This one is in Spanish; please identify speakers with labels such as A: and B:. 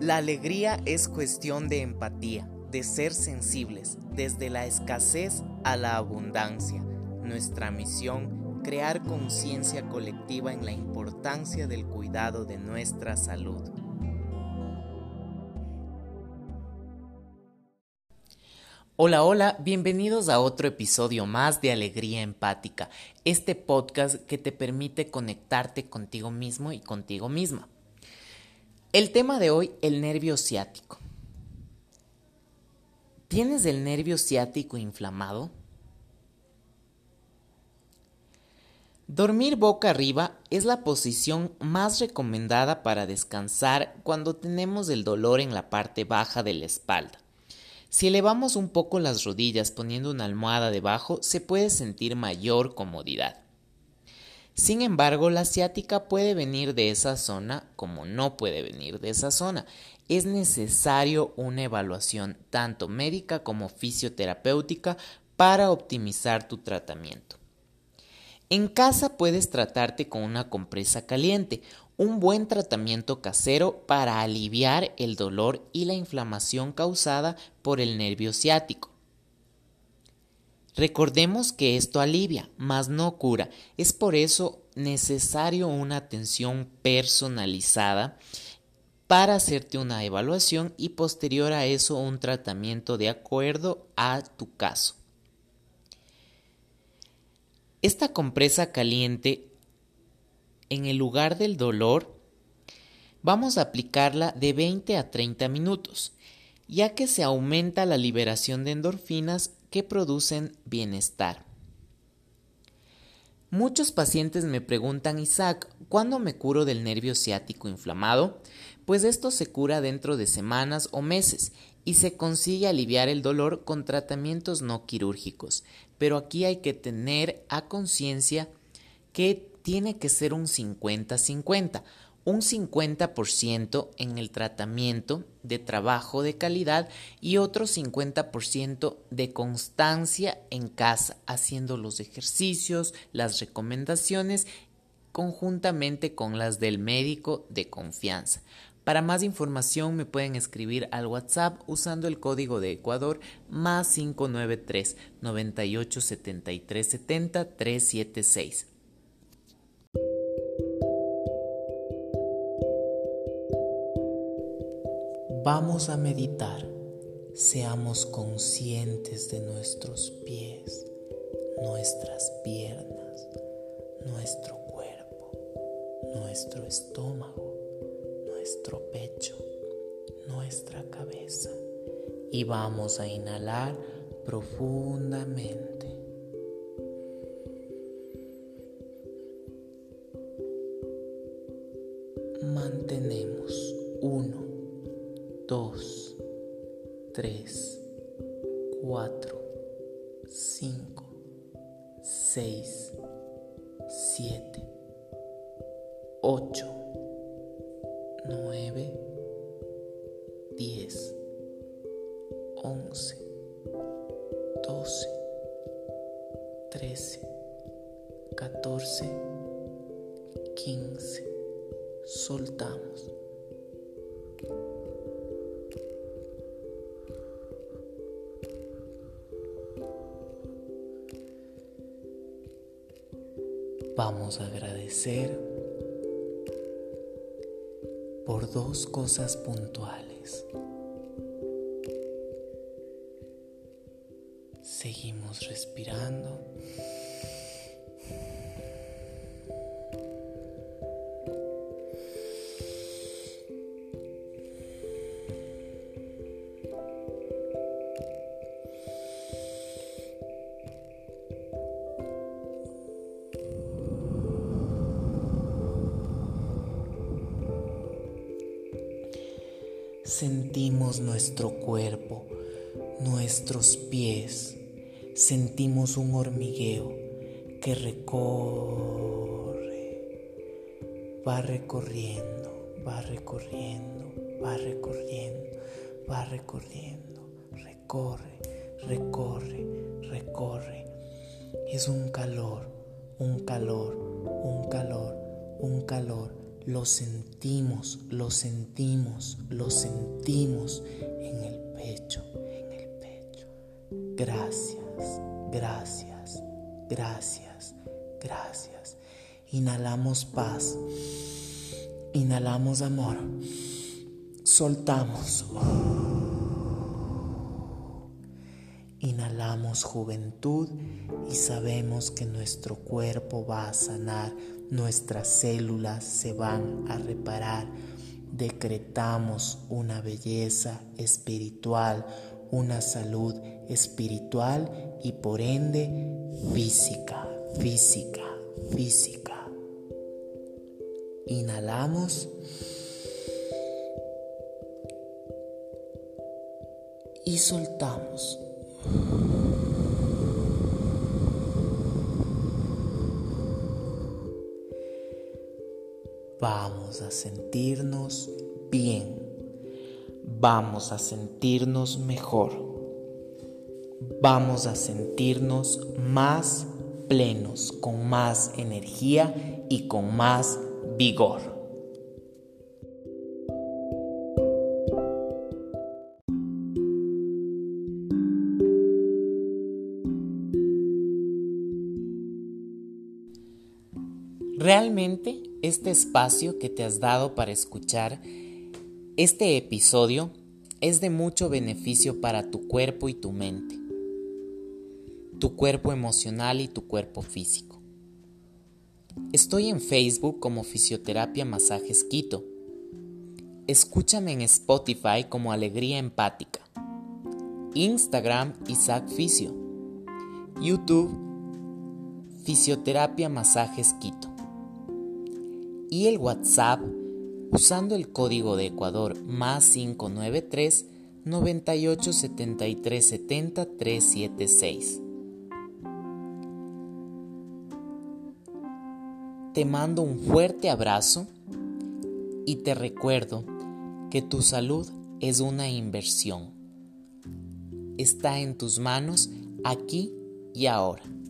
A: La alegría es cuestión de empatía, de ser sensibles, desde la escasez a la abundancia. Nuestra misión, crear conciencia colectiva en la importancia del cuidado de nuestra salud. Hola, bienvenidos a otro episodio más de Alegría Empática, este podcast que te permite conectarte contigo mismo y contigo misma. El tema de hoy, el nervio ciático. ¿Tienes el nervio ciático inflamado? Dormir boca arriba es la posición más recomendada para descansar cuando tenemos el dolor en la parte baja de la espalda. Si elevamos un poco las rodillas poniendo una almohada debajo, se puede sentir mayor comodidad. Sin embargo, la ciática puede venir de esa zona como no puede venir de esa zona. Es necesario una evaluación tanto médica como fisioterapéutica para optimizar tu tratamiento. En casa puedes tratarte con una compresa caliente, un buen tratamiento casero para aliviar el dolor y la inflamación causada por el nervio ciático. Recordemos que esto alivia, mas no cura. Es por eso necesario una atención personalizada para hacerte una evaluación y posterior a eso un tratamiento de acuerdo a tu caso. Esta compresa caliente, en el lugar del dolor, vamos a aplicarla de 20 a 30 minutos, ya que se aumenta la liberación de endorfinas que producen bienestar. Muchos pacientes me preguntan, Isaac, ¿cuándo me curo del nervio ciático inflamado? Pues esto se cura dentro de semanas o meses y se consigue aliviar el dolor con tratamientos no quirúrgicos. Pero aquí hay que tener a conciencia que tiene que ser un 50-50. Un 50% en el tratamiento de trabajo de calidad y otro 50% de constancia en casa, haciendo los ejercicios, las recomendaciones, conjuntamente con las del médico de confianza. Para más información me pueden escribir al WhatsApp usando el código de Ecuador más 593 98 73 70 376. Vamos a meditar. Seamos conscientes de nuestros pies, nuestras piernas, nuestro cuerpo, nuestro estómago, nuestro pecho, nuestra cabeza. Y vamos a inhalar profundamente. Mantenemos 1, 2, 3, 4, 5, 6, 7, 8, 9, 10, 11, 12, 13, 14, 15. Soltamos. Vamos a agradecer por 2 cosas puntuales. Seguimos respirando. Sentimos nuestro cuerpo, nuestros pies, sentimos un hormigueo que va recorriendo, recorre. Es un calor Lo sentimos, lo sentimos, lo sentimos en el pecho, en el pecho. Gracias, gracias, gracias, gracias. Inhalamos paz, inhalamos amor, soltamos. Inhalamos juventud y sabemos que nuestro cuerpo va a sanar, nuestras células se van a reparar. Decretamos una belleza espiritual, una salud espiritual y por ende física. Inhalamos y soltamos. Vamos a sentirnos bien, vamos a sentirnos mejor, vamos a sentirnos más plenos, con más energía y con más vigor. Realmente este espacio que te has dado para escuchar este episodio es de mucho beneficio para tu cuerpo y tu mente, tu cuerpo emocional y tu cuerpo físico. Estoy en Facebook como Fisioterapia Masajes Quito. Escúchame en Spotify como Alegría Empática, Instagram Isaac Fisio, YouTube Fisioterapia Masajes Quito. Y el WhatsApp usando el código de Ecuador +593 98 73 70 376. Te mando un fuerte abrazo y te recuerdo que tu salud es una inversión. Está en tus manos aquí y ahora.